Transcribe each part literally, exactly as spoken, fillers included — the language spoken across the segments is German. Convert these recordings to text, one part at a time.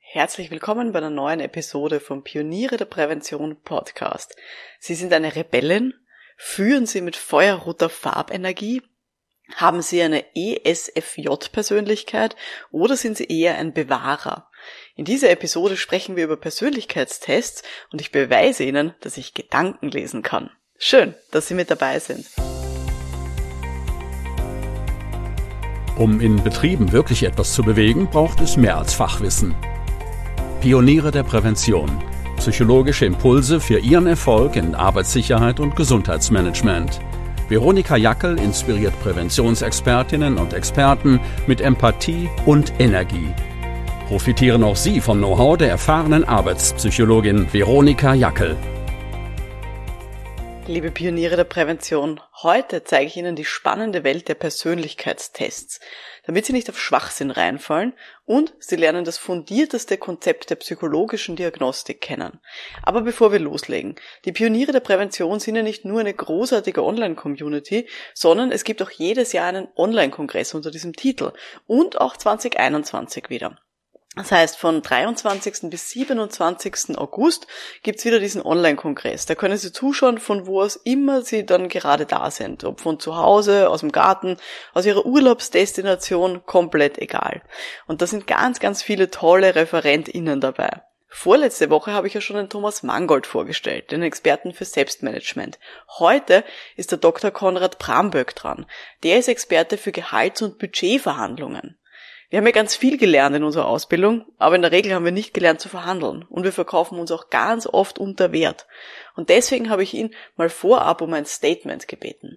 Herzlich willkommen bei einer neuen Episode vom Pioniere der Prävention Podcast. Sie sind eine Rebellin? Führen Sie mit feuerroter Farbenergie? Haben Sie eine E S F J-Persönlichkeit oder sind Sie eher ein Bewahrer? In dieser Episode sprechen wir über Persönlichkeitstests und ich beweise Ihnen, dass ich Gedanken lesen kann. Schön, dass Sie mit dabei sind. Um in Betrieben wirklich etwas zu bewegen, braucht es mehr als Fachwissen. Pioniere der Prävention. Psychologische Impulse für Ihren Erfolg in Arbeitssicherheit und Gesundheitsmanagement. Veronika Jackel inspiriert Präventionsexpertinnen und Experten mit Empathie und Energie. Profitieren auch Sie vom Know-how der erfahrenen Arbeitspsychologin Veronika Jackel. Liebe Pioniere der Prävention, heute zeige ich Ihnen die spannende Welt der Persönlichkeitstests, damit Sie nicht auf Schwachsinn reinfallen und Sie lernen das fundierteste Konzept der psychologischen Diagnostik kennen. Aber bevor wir loslegen, die Pioniere der Prävention sind ja nicht nur eine großartige Online-Community, sondern es gibt auch jedes Jahr einen Online-Kongress unter diesem Titel und auch zwanzig einundzwanzig wieder. Das heißt, von dreiundzwanzigsten bis siebenundzwanzigsten August gibt's wieder diesen Online-Kongress. Da können Sie zuschauen, von wo aus immer Sie dann gerade da sind. Ob von zu Hause, aus dem Garten, aus Ihrer Urlaubsdestination, komplett egal. Und da sind ganz, ganz viele tolle ReferentInnen dabei. Vorletzte Woche habe ich ja schon den Thomas Mangold vorgestellt, den Experten für Selbstmanagement. Heute ist der Doktor Konrad Bramböck dran. Der ist Experte für Gehalts- und Budgetverhandlungen. Wir haben ja ganz viel gelernt in unserer Ausbildung, aber in der Regel haben wir nicht gelernt zu verhandeln und wir verkaufen uns auch ganz oft unter Wert. Und deswegen habe ich ihn mal vorab um ein Statement gebeten.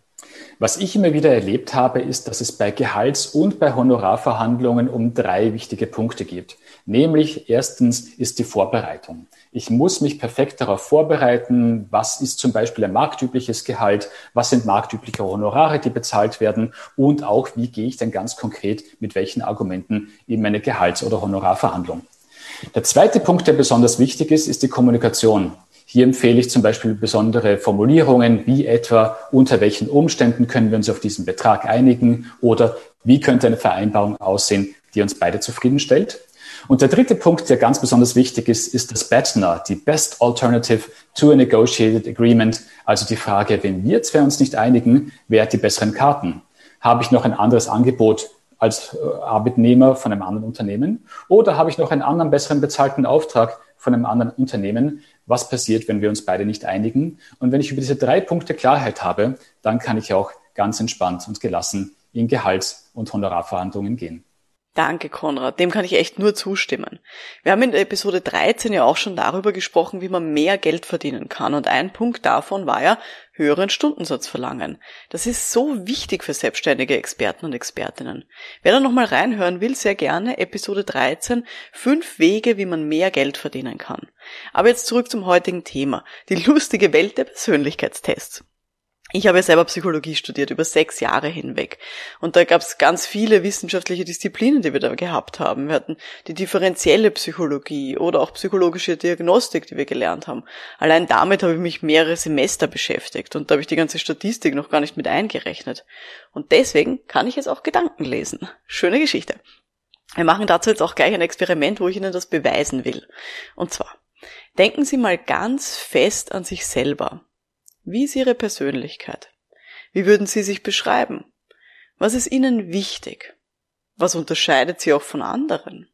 Was ich immer wieder erlebt habe, ist, dass es bei Gehalts- und bei Honorarverhandlungen um drei wichtige Punkte geht. Nämlich erstens ist die Vorbereitung. Ich muss mich perfekt darauf vorbereiten, was ist zum Beispiel ein marktübliches Gehalt, was sind marktübliche Honorare, die bezahlt werden und auch, wie gehe ich denn ganz konkret mit welchen Argumenten in meine Gehalts- oder Honorarverhandlung. Der zweite Punkt, der besonders wichtig ist, ist die Kommunikation. Hier empfehle ich zum Beispiel besondere Formulierungen, wie etwa, unter welchen Umständen können wir uns auf diesen Betrag einigen oder wie könnte eine Vereinbarung aussehen, die uns beide zufriedenstellt. Und der dritte Punkt, der ganz besonders wichtig ist, ist das B A T N A, die Best Alternative to a Negotiated Agreement, also die Frage, wenn wir zwei uns nicht einigen, wer hat die besseren Karten? Habe ich noch ein anderes Angebot als Arbeitnehmer von einem anderen Unternehmen oder habe ich noch einen anderen besseren bezahlten Auftrag von einem anderen Unternehmen? Was passiert, wenn wir uns beide nicht einigen? Und wenn ich über diese drei Punkte Klarheit habe, dann kann ich auch ganz entspannt und gelassen in Gehalts- und Honorarverhandlungen gehen. Danke, Konrad. Dem kann ich echt nur zustimmen. Wir haben in der Episode dreizehn ja auch schon darüber gesprochen, wie man mehr Geld verdienen kann. Und ein Punkt davon war ja, höheren Stundensatz verlangen. Das ist so wichtig für selbstständige Experten und Expertinnen. Wer da nochmal reinhören will, sehr gerne Episode dreizehn, fünf Wege, wie man mehr Geld verdienen kann. Aber jetzt zurück zum heutigen Thema, die lustige Welt der Persönlichkeitstests. Ich habe ja selber Psychologie studiert, über sechs Jahre hinweg. Und da gab es ganz viele wissenschaftliche Disziplinen, die wir da gehabt haben. Wir hatten die differenzielle Psychologie oder auch psychologische Diagnostik, die wir gelernt haben. Allein damit habe ich mich mehrere Semester beschäftigt und da habe ich die ganze Statistik noch gar nicht mit eingerechnet. Und deswegen kann ich jetzt auch Gedanken lesen. Schöne Geschichte. Wir machen dazu jetzt auch gleich ein Experiment, wo ich Ihnen das beweisen will. Und zwar, denken Sie mal ganz fest an sich selber. Wie ist Ihre Persönlichkeit? Wie würden Sie sich beschreiben? Was ist Ihnen wichtig? Was unterscheidet Sie auch von anderen?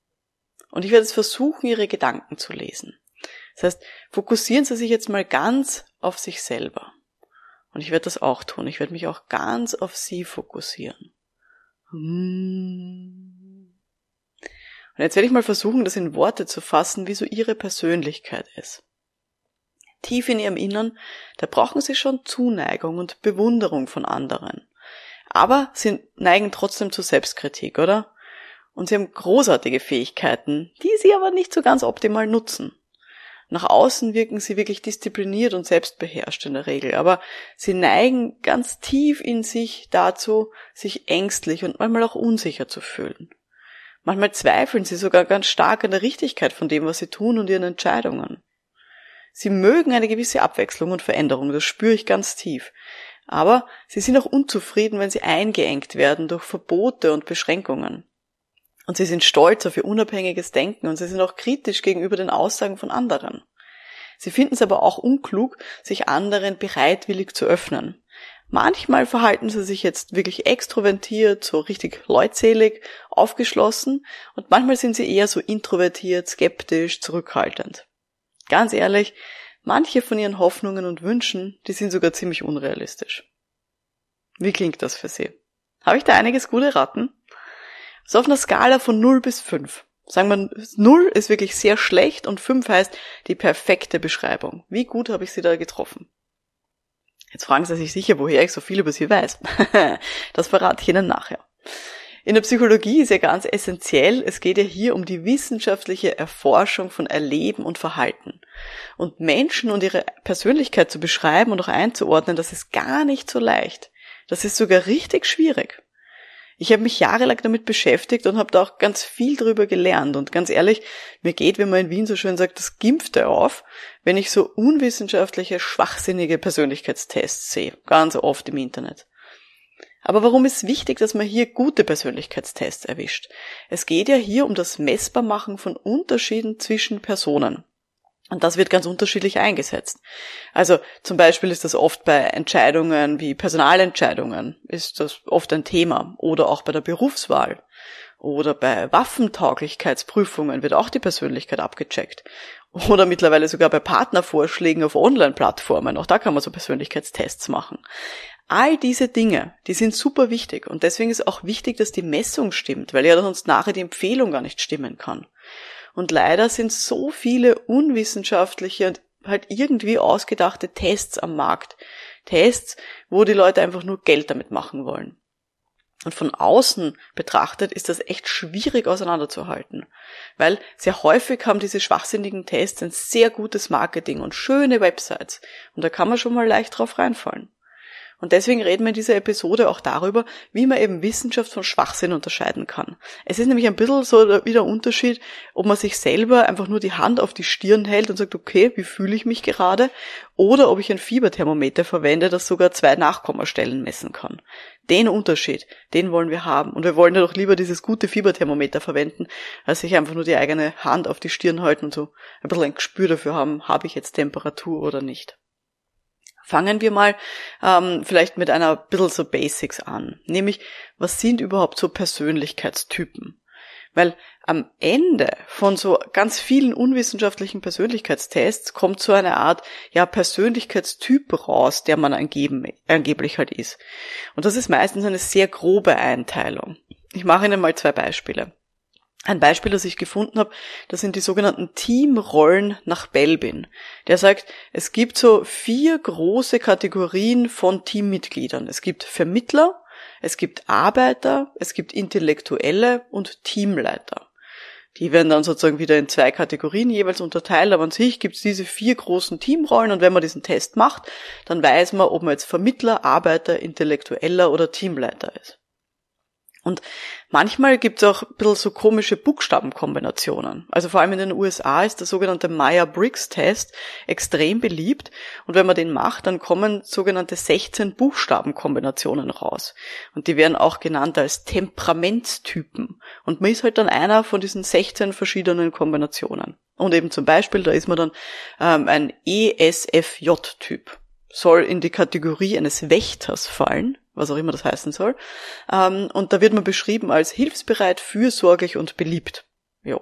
Und ich werde jetzt versuchen, Ihre Gedanken zu lesen. Das heißt, fokussieren Sie sich jetzt mal ganz auf sich selber. Und ich werde das auch tun. Ich werde mich auch ganz auf Sie fokussieren. Und jetzt werde ich mal versuchen, das in Worte zu fassen, wie so Ihre Persönlichkeit ist. Tief in Ihrem Innern, da brauchen Sie schon Zuneigung und Bewunderung von anderen. Aber Sie neigen trotzdem zur Selbstkritik, oder? Und Sie haben großartige Fähigkeiten, die Sie aber nicht so ganz optimal nutzen. Nach außen wirken Sie wirklich diszipliniert und selbstbeherrscht in der Regel, aber Sie neigen ganz tief in sich dazu, sich ängstlich und manchmal auch unsicher zu fühlen. Manchmal zweifeln Sie sogar ganz stark an der Richtigkeit von dem, was Sie tun und Ihren Entscheidungen. Sie mögen eine gewisse Abwechslung und Veränderung, das spüre ich ganz tief. Aber sie sind auch unzufrieden, wenn sie eingeengt werden durch Verbote und Beschränkungen. Und sie sind stolz auf ihr unabhängiges Denken und sie sind auch kritisch gegenüber den Aussagen von anderen. Sie finden es aber auch unklug, sich anderen bereitwillig zu öffnen. Manchmal verhalten sie sich jetzt wirklich extrovertiert, so richtig leutselig, aufgeschlossen und manchmal sind sie eher so introvertiert, skeptisch, zurückhaltend. Ganz ehrlich, manche von ihren Hoffnungen und Wünschen, die sind sogar ziemlich unrealistisch. Wie klingt das für Sie? Habe ich da einiges gut erraten? So auf einer Skala von null bis fünf. Sagen wir, null ist wirklich sehr schlecht und fünf heißt die perfekte Beschreibung. Wie gut habe ich Sie da getroffen? Jetzt fragen Sie sich sicher, woher ich so viel über Sie weiß. Das verrate ich Ihnen nachher. In der Psychologie ist ja ganz essentiell, es geht ja hier um die wissenschaftliche Erforschung von Erleben und Verhalten. Und Menschen und ihre Persönlichkeit zu beschreiben und auch einzuordnen, das ist gar nicht so leicht. Das ist sogar richtig schwierig. Ich habe mich jahrelang damit beschäftigt und habe da auch ganz viel drüber gelernt. Und ganz ehrlich, mir geht, wie man in Wien so schön sagt, das Gimpfte auf, wenn ich so unwissenschaftliche, schwachsinnige Persönlichkeitstests sehe. Ganz oft im Internet. Aber warum ist wichtig, dass man hier gute Persönlichkeitstests erwischt? Es geht ja hier um das Messbarmachen von Unterschieden zwischen Personen. Und das wird ganz unterschiedlich eingesetzt. Also zum Beispiel ist das oft bei Entscheidungen wie Personalentscheidungen, ist das oft ein Thema. Oder auch bei der Berufswahl. Oder bei Waffentauglichkeitsprüfungen wird auch die Persönlichkeit abgecheckt. Oder mittlerweile sogar bei Partnervorschlägen auf Online-Plattformen. Auch da kann man so Persönlichkeitstests machen. All diese Dinge, die sind super wichtig. Und deswegen ist auch wichtig, dass die Messung stimmt, weil ja sonst nachher die Empfehlung gar nicht stimmen kann. Und leider sind so viele unwissenschaftliche und halt irgendwie ausgedachte Tests am Markt. Tests, wo die Leute einfach nur Geld damit machen wollen. Und von außen betrachtet ist das echt schwierig auseinanderzuhalten. Weil sehr häufig haben diese schwachsinnigen Tests ein sehr gutes Marketing und schöne Websites. Und da kann man schon mal leicht drauf reinfallen. Und deswegen reden wir in dieser Episode auch darüber, wie man eben Wissenschaft von Schwachsinn unterscheiden kann. Es ist nämlich ein bisschen so wieder ein Unterschied, ob man sich selber einfach nur die Hand auf die Stirn hält und sagt, okay, wie fühle ich mich gerade? Oder ob ich ein Fieberthermometer verwende, das sogar zwei Nachkommastellen messen kann. Den Unterschied, den wollen wir haben. Und wir wollen ja doch lieber dieses gute Fieberthermometer verwenden, als sich einfach nur die eigene Hand auf die Stirn halten und so ein bisschen ein Gespür dafür haben, habe ich jetzt Temperatur oder nicht. Fangen wir mal ähm, vielleicht mit einer bisschen so Basics an. Nämlich, was sind überhaupt so Persönlichkeitstypen? Weil am Ende von so ganz vielen unwissenschaftlichen Persönlichkeitstests kommt so eine Art ja Persönlichkeitstyp raus, der man angeben, angeblich halt ist. Und das ist meistens eine sehr grobe Einteilung. Ich mache Ihnen mal zwei Beispiele. Ein Beispiel, das ich gefunden habe, das sind die sogenannten Teamrollen nach Belbin. Der sagt, es gibt so vier große Kategorien von Teammitgliedern. Es gibt Vermittler, es gibt Arbeiter, es gibt Intellektuelle und Teamleiter. Die werden dann sozusagen wieder in zwei Kategorien jeweils unterteilt, aber an sich gibt es diese vier großen Teamrollen und wenn man diesen Test macht, dann weiß man, ob man jetzt Vermittler, Arbeiter, Intellektueller oder Teamleiter ist. Und manchmal gibt es auch ein bisschen so komische Buchstabenkombinationen. Also vor allem in den U S A ist der sogenannte Myers-Briggs-Test extrem beliebt. Und wenn man den macht, dann kommen sogenannte sechzehn Buchstabenkombinationen raus. Und die werden auch genannt als Temperamentstypen. Und man ist halt dann einer von diesen sechzehn verschiedenen Kombinationen. Und eben zum Beispiel, da ist man dann ähm, ein E S F J-Typ. Soll in die Kategorie eines Wächters fallen, was auch immer das heißen soll. Ähm, und da wird man beschrieben als hilfsbereit, fürsorglich und beliebt. Jo.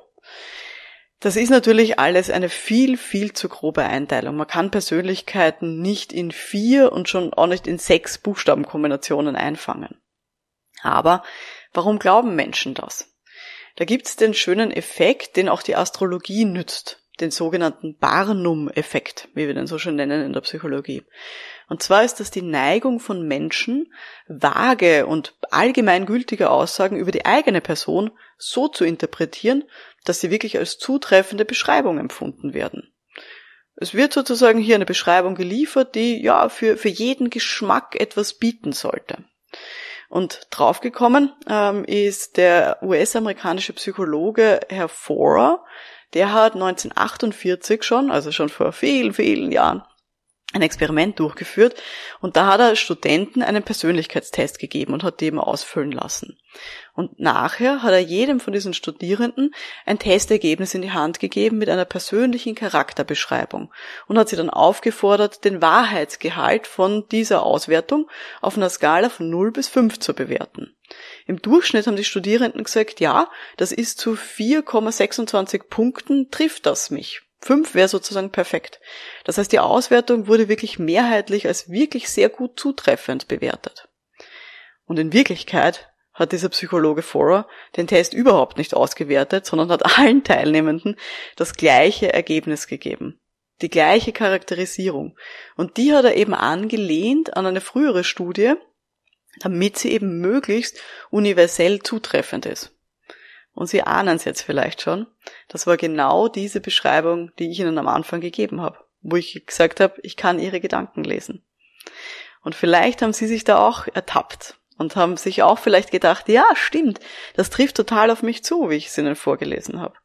Das ist natürlich alles eine viel, viel zu grobe Einteilung. Man kann Persönlichkeiten nicht in vier und schon auch nicht in sechs Buchstabenkombinationen einfangen. Aber warum glauben Menschen das? Da gibt's den schönen Effekt, den auch die Astrologie nützt. Den sogenannten Barnum-Effekt, wie wir den so schön nennen in der Psychologie. Und zwar ist das die Neigung von Menschen, vage und allgemeingültige Aussagen über die eigene Person so zu interpretieren, dass sie wirklich als zutreffende Beschreibung empfunden werden. Es wird sozusagen hier eine Beschreibung geliefert, die ja für, für jeden Geschmack etwas bieten sollte. Und draufgekommen ähm, ist der U S-amerikanische Psychologe Herr Forer. Der hat neunzehnhundertachtundvierzig schon, also schon vor vielen, vielen Jahren, ein Experiment durchgeführt und da hat er Studenten einen Persönlichkeitstest gegeben und hat die eben ausfüllen lassen. Und nachher hat er jedem von diesen Studierenden ein Testergebnis in die Hand gegeben mit einer persönlichen Charakterbeschreibung und hat sie dann aufgefordert, den Wahrheitsgehalt von dieser Auswertung auf einer Skala von null bis fünf zu bewerten. Im Durchschnitt haben die Studierenden gesagt, ja, das ist zu vier Komma sechsundzwanzig Punkten, trifft das mich. Fünf wäre sozusagen perfekt. Das heißt, die Auswertung wurde wirklich mehrheitlich als wirklich sehr gut zutreffend bewertet. Und in Wirklichkeit hat dieser Psychologe Forer den Test überhaupt nicht ausgewertet, sondern hat allen Teilnehmenden das gleiche Ergebnis gegeben. Die gleiche Charakterisierung. Und die hat er eben angelehnt an eine frühere Studie, damit sie eben möglichst universell zutreffend ist. Und Sie ahnen es jetzt vielleicht schon, das war genau diese Beschreibung, die ich Ihnen am Anfang gegeben habe, wo ich gesagt habe, ich kann Ihre Gedanken lesen. Und vielleicht haben Sie sich da auch ertappt und haben sich auch vielleicht gedacht, ja, stimmt, das trifft total auf mich zu, wie ich es Ihnen vorgelesen habe.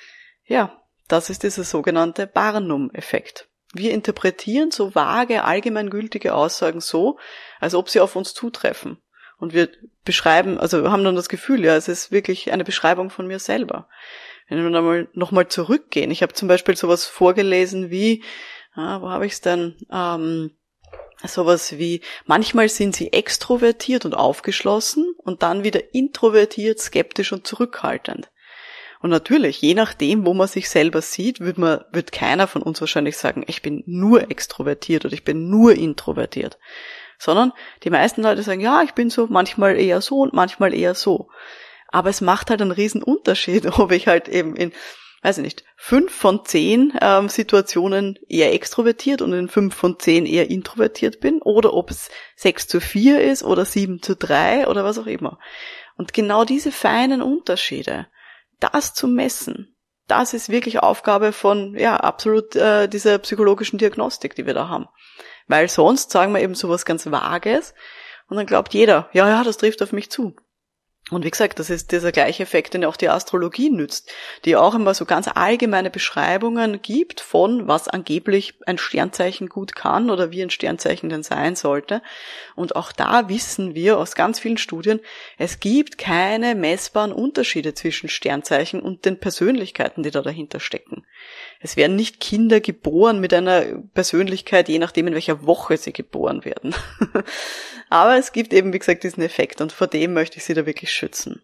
Ja, das ist dieser sogenannte Barnum-Effekt. Wir interpretieren so vage, allgemeingültige Aussagen so, als ob sie auf uns zutreffen. Und wir beschreiben, also wir haben dann das Gefühl, ja, es ist wirklich eine Beschreibung von mir selber. Wenn wir dann nochmal zurückgehen, ich habe zum Beispiel sowas vorgelesen wie, ah, wo habe ich es denn, ähm, sowas wie, manchmal sind sie extrovertiert und aufgeschlossen und dann wieder introvertiert, skeptisch und zurückhaltend. Und natürlich, je nachdem, wo man sich selber sieht, wird man, wird keiner von uns wahrscheinlich sagen, ich bin nur extrovertiert oder ich bin nur introvertiert. Sondern die meisten Leute sagen, ja, ich bin so manchmal eher so und manchmal eher so. Aber es macht halt einen riesen Unterschied, ob ich halt eben in, weiß ich nicht, fünf von zehn ähm, Situationen eher extrovertiert und in fünf von zehn eher introvertiert bin oder ob es sechs zu vier ist oder sieben zu drei oder was auch immer. Und genau diese feinen Unterschiede, das zu messen, das ist wirklich Aufgabe von, ja, absolut äh, dieser psychologischen Diagnostik, die wir da haben. Weil sonst sagen wir eben sowas ganz Vages und dann glaubt jeder, ja, ja, das trifft auf mich zu. Und wie gesagt, das ist dieser gleiche Effekt, den auch die Astrologie nützt, die auch immer so ganz allgemeine Beschreibungen gibt von, was angeblich ein Sternzeichen gut kann oder wie ein Sternzeichen denn sein sollte. Und auch da wissen wir aus ganz vielen Studien, es gibt keine messbaren Unterschiede zwischen Sternzeichen und den Persönlichkeiten, die da dahinter stecken. Es werden nicht Kinder geboren mit einer Persönlichkeit, je nachdem in welcher Woche sie geboren werden. Aber es gibt eben, wie gesagt, diesen Effekt und vor dem möchte ich Sie da wirklich schützen.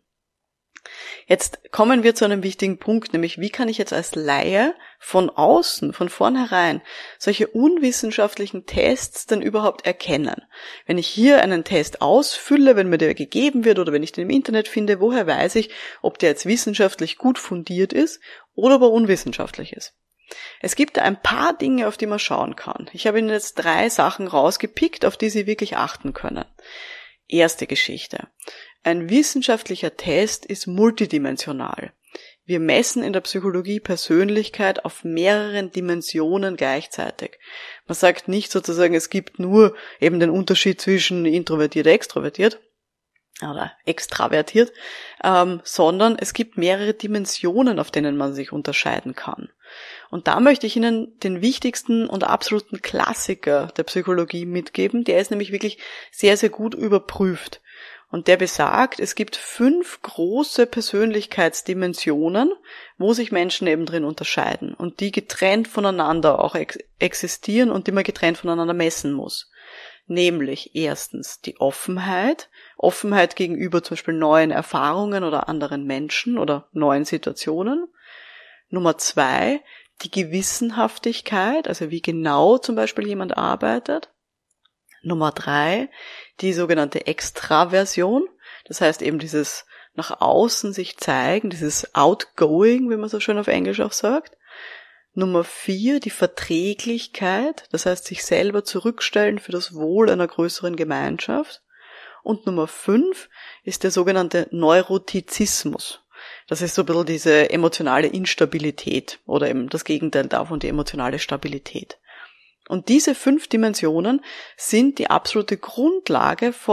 Jetzt kommen wir zu einem wichtigen Punkt, nämlich wie kann ich jetzt als Laie von außen, von vornherein, solche unwissenschaftlichen Tests denn überhaupt erkennen? Wenn ich hier einen Test ausfülle, wenn mir der gegeben wird oder wenn ich den im Internet finde, woher weiß ich, ob der jetzt wissenschaftlich gut fundiert ist oder ob er unwissenschaftlich ist? Es gibt ein paar Dinge, auf die man schauen kann. Ich habe Ihnen jetzt drei Sachen rausgepickt, auf die Sie wirklich achten können. Erste Geschichte. Ein wissenschaftlicher Test ist multidimensional. Wir messen in der Psychologie Persönlichkeit auf mehreren Dimensionen gleichzeitig. Man sagt nicht sozusagen, es gibt nur eben den Unterschied zwischen introvertiert und extrovertiert oder extravertiert, ähm, sondern es gibt mehrere Dimensionen, auf denen man sich unterscheiden kann. Und da möchte ich Ihnen den wichtigsten und absoluten Klassiker der Psychologie mitgeben. Der ist nämlich wirklich sehr, sehr gut überprüft. Und der besagt, es gibt fünf große Persönlichkeitsdimensionen, wo sich Menschen eben drin unterscheiden und die getrennt voneinander auch ex- existieren und die man getrennt voneinander messen muss. Nämlich erstens die Offenheit, Offenheit gegenüber zum Beispiel neuen Erfahrungen oder anderen Menschen oder neuen Situationen. Nummer zwei, die Gewissenhaftigkeit, also wie genau zum Beispiel jemand arbeitet. Nummer drei, die sogenannte Extraversion, das heißt eben dieses nach außen sich zeigen, dieses Outgoing, wie man so schön auf Englisch auch sagt. Nummer vier, die Verträglichkeit, das heißt sich selber zurückstellen für das Wohl einer größeren Gemeinschaft. Und Nummer fünf ist der sogenannte Neurotizismus. Das ist so ein bisschen diese emotionale Instabilität oder eben das Gegenteil davon, die emotionale Stabilität. Und diese fünf Dimensionen sind die absolute Grundlage von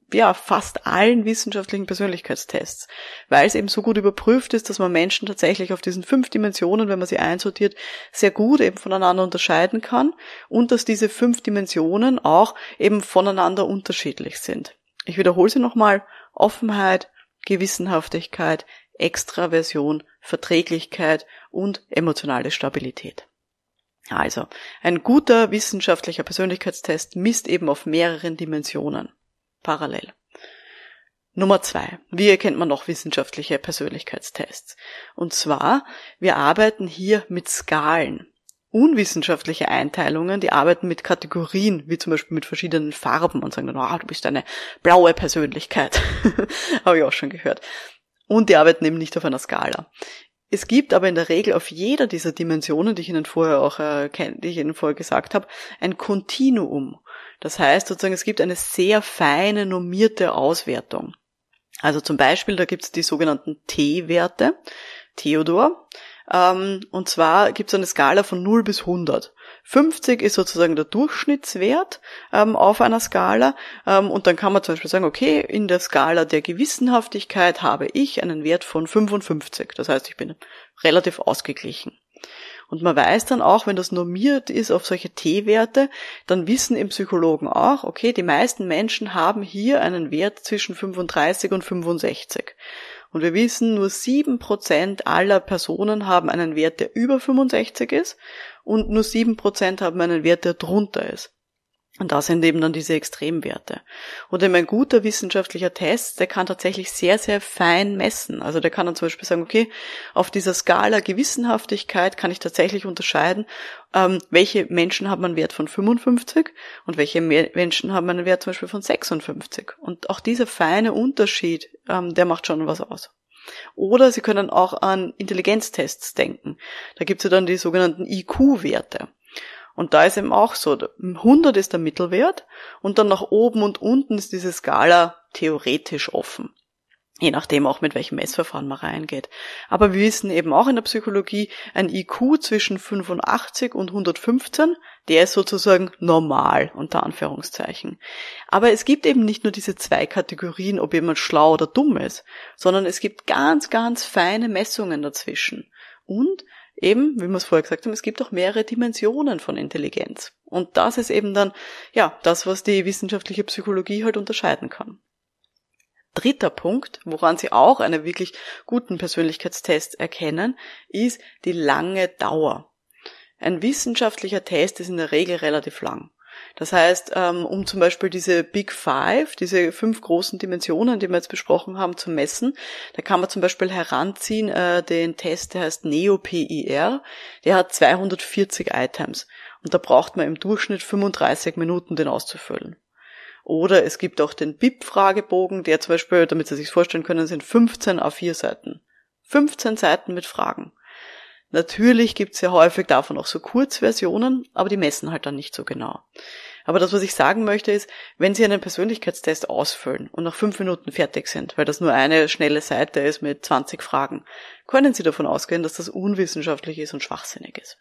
ja, fast allen wissenschaftlichen Persönlichkeitstests, weil es eben so gut überprüft ist, dass man Menschen tatsächlich auf diesen fünf Dimensionen, wenn man sie einsortiert, sehr gut eben voneinander unterscheiden kann und dass diese fünf Dimensionen auch eben voneinander unterschiedlich sind. Ich wiederhole sie nochmal: Offenheit, Gewissenhaftigkeit, Extraversion, Verträglichkeit und emotionale Stabilität. Also, ein guter wissenschaftlicher Persönlichkeitstest misst eben auf mehreren Dimensionen parallel. Nummer zwei. Wie erkennt man noch wissenschaftliche Persönlichkeitstests? Und zwar, wir arbeiten hier mit Skalen. Unwissenschaftliche Einteilungen, die arbeiten mit Kategorien, wie zum Beispiel mit verschiedenen Farben und sagen dann, ah, du bist eine blaue Persönlichkeit. Habe ich auch schon gehört. Und die arbeiten eben nicht auf einer Skala. Es gibt aber in der Regel auf jeder dieser Dimensionen, die ich Ihnen vorher auch, äh, die ich Ihnen vorher gesagt habe, ein Kontinuum. Das heißt sozusagen, es gibt eine sehr feine normierte Auswertung. Also zum Beispiel, da gibt es die sogenannten T-Werte, Theodor, ähm, und zwar gibt es eine Skala von null bis hundert. fünfzig ist sozusagen der Durchschnittswert ähm, auf einer Skala, ähm, und dann kann man zum Beispiel sagen, okay, in der Skala der Gewissenhaftigkeit habe ich einen Wert von fünfundfünfzig. Das heißt, ich bin relativ ausgeglichen. Und man weiß dann auch, wenn das normiert ist auf solche T-Werte, dann wissen im Psychologen auch, okay, die meisten Menschen haben hier einen Wert zwischen fünfunddreißig und fünfundsechzig. Und wir wissen, nur sieben Prozent aller Personen haben einen Wert, der über fünfundsechzig ist, und nur sieben Prozent haben einen Wert, der drunter ist. Und das sind eben dann diese Extremwerte. Und eben ein guter wissenschaftlicher Test, der kann tatsächlich sehr, sehr fein messen. Also der kann dann zum Beispiel sagen, okay, auf dieser Skala Gewissenhaftigkeit kann ich tatsächlich unterscheiden, ähm, welche Menschen haben einen Wert von fünfundfünfzig und welche Menschen haben einen Wert zum Beispiel von sechsundfünfzig. Und auch dieser feine Unterschied, ähm, der macht schon was aus. Oder Sie können auch an Intelligenztests denken. Da gibt es ja dann die sogenannten I Q-Werte. Und da ist eben auch so, hundert ist der Mittelwert und dann nach oben und unten ist diese Skala theoretisch offen. Je nachdem auch, mit welchem Messverfahren man reingeht. Aber wir wissen eben auch in der Psychologie, ein I Q zwischen fünfundachtzig und hundertfünfzehn, der ist sozusagen normal, unter Anführungszeichen. Aber es gibt eben nicht nur diese zwei Kategorien, ob jemand schlau oder dumm ist, sondern es gibt ganz, ganz feine Messungen dazwischen. Und eben, wie wir es vorher gesagt haben, es gibt auch mehrere Dimensionen von Intelligenz. Und das ist eben dann, ja, das, was die wissenschaftliche Psychologie halt unterscheiden kann. Dritter Punkt, woran Sie auch einen wirklich guten Persönlichkeitstest erkennen, ist die lange Dauer. Ein wissenschaftlicher Test ist in der Regel relativ lang. Das heißt, um zum Beispiel diese Big Five, diese fünf großen Dimensionen, die wir jetzt besprochen haben, zu messen, da kann man zum Beispiel heranziehen äh, den Test, der heißt Neo-P I R, der hat zweihundertvierzig Items und da braucht man im Durchschnitt fünfunddreißig Minuten, den auszufüllen. Oder es gibt auch den B I P-Fragebogen, der zum Beispiel, damit Sie sich vorstellen können, sind fünfzehn A vier Seiten. fünfzehn Seiten mit Fragen. Natürlich gibt's ja häufig davon auch so Kurzversionen, aber die messen halt dann nicht so genau. Aber das, was ich sagen möchte, ist, wenn Sie einen Persönlichkeitstest ausfüllen und nach fünf Minuten fertig sind, weil das nur eine schnelle Seite ist mit zwanzig Fragen, können Sie davon ausgehen, dass das unwissenschaftlich ist und schwachsinnig ist.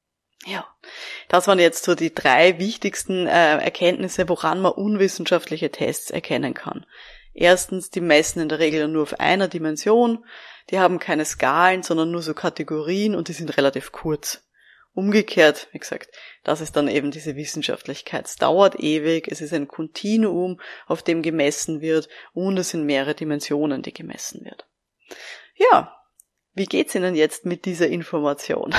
Ja, das waren jetzt so die drei wichtigsten äh, Erkenntnisse, woran man unwissenschaftliche Tests erkennen kann. Erstens, die messen in der Regel nur auf einer Dimension, die haben keine Skalen, sondern nur so Kategorien und die sind relativ kurz. Umgekehrt, wie gesagt, das ist dann eben diese Wissenschaftlichkeit. Es dauert ewig, es ist ein Kontinuum, auf dem gemessen wird und es sind mehrere Dimensionen, die gemessen wird. Ja, wie geht's Ihnen jetzt mit dieser Information?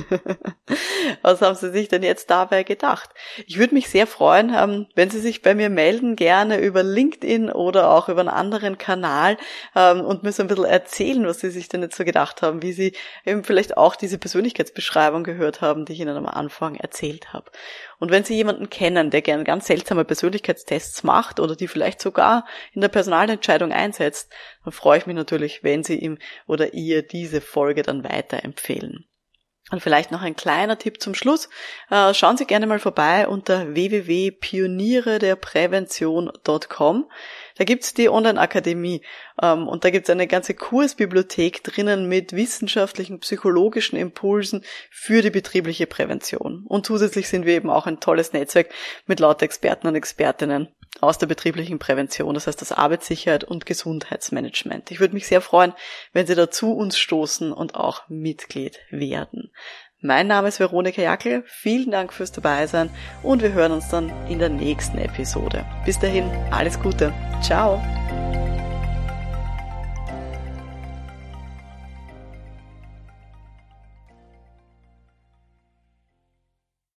Was haben Sie sich denn jetzt dabei gedacht? Ich würde mich sehr freuen, wenn Sie sich bei mir melden, gerne über LinkedIn oder auch über einen anderen Kanal und mir so ein bisschen erzählen, was Sie sich denn jetzt so gedacht haben, wie Sie eben vielleicht auch diese Persönlichkeitsbeschreibung gehört haben, die ich Ihnen am Anfang erzählt habe. Und wenn Sie jemanden kennen, der gerne ganz seltsame Persönlichkeitstests macht oder die vielleicht sogar in der Personalentscheidung einsetzt, dann freue ich mich natürlich, wenn Sie ihm oder ihr diese Folge dann weiterempfehlen. Und vielleicht noch ein kleiner Tipp zum Schluss. Äh, schauen Sie gerne mal vorbei unter w w w punkt pioniere der prävention punkt com. Da gibt's die Online-Akademie ähm, und da gibt's eine ganze Kursbibliothek drinnen mit wissenschaftlichen, psychologischen Impulsen für die betriebliche Prävention. Und zusätzlich sind wir eben auch ein tolles Netzwerk mit lauter Experten und Expertinnen. aus der betrieblichen Prävention, das heißt das Arbeitssicherheit und Gesundheitsmanagement. Ich würde mich sehr freuen, wenn Sie dazu uns stoßen und auch Mitglied werden. Mein Name ist Veronika Jackel, vielen Dank fürs Dabeisein und wir hören uns dann in der nächsten Episode. Bis dahin, alles Gute. Ciao.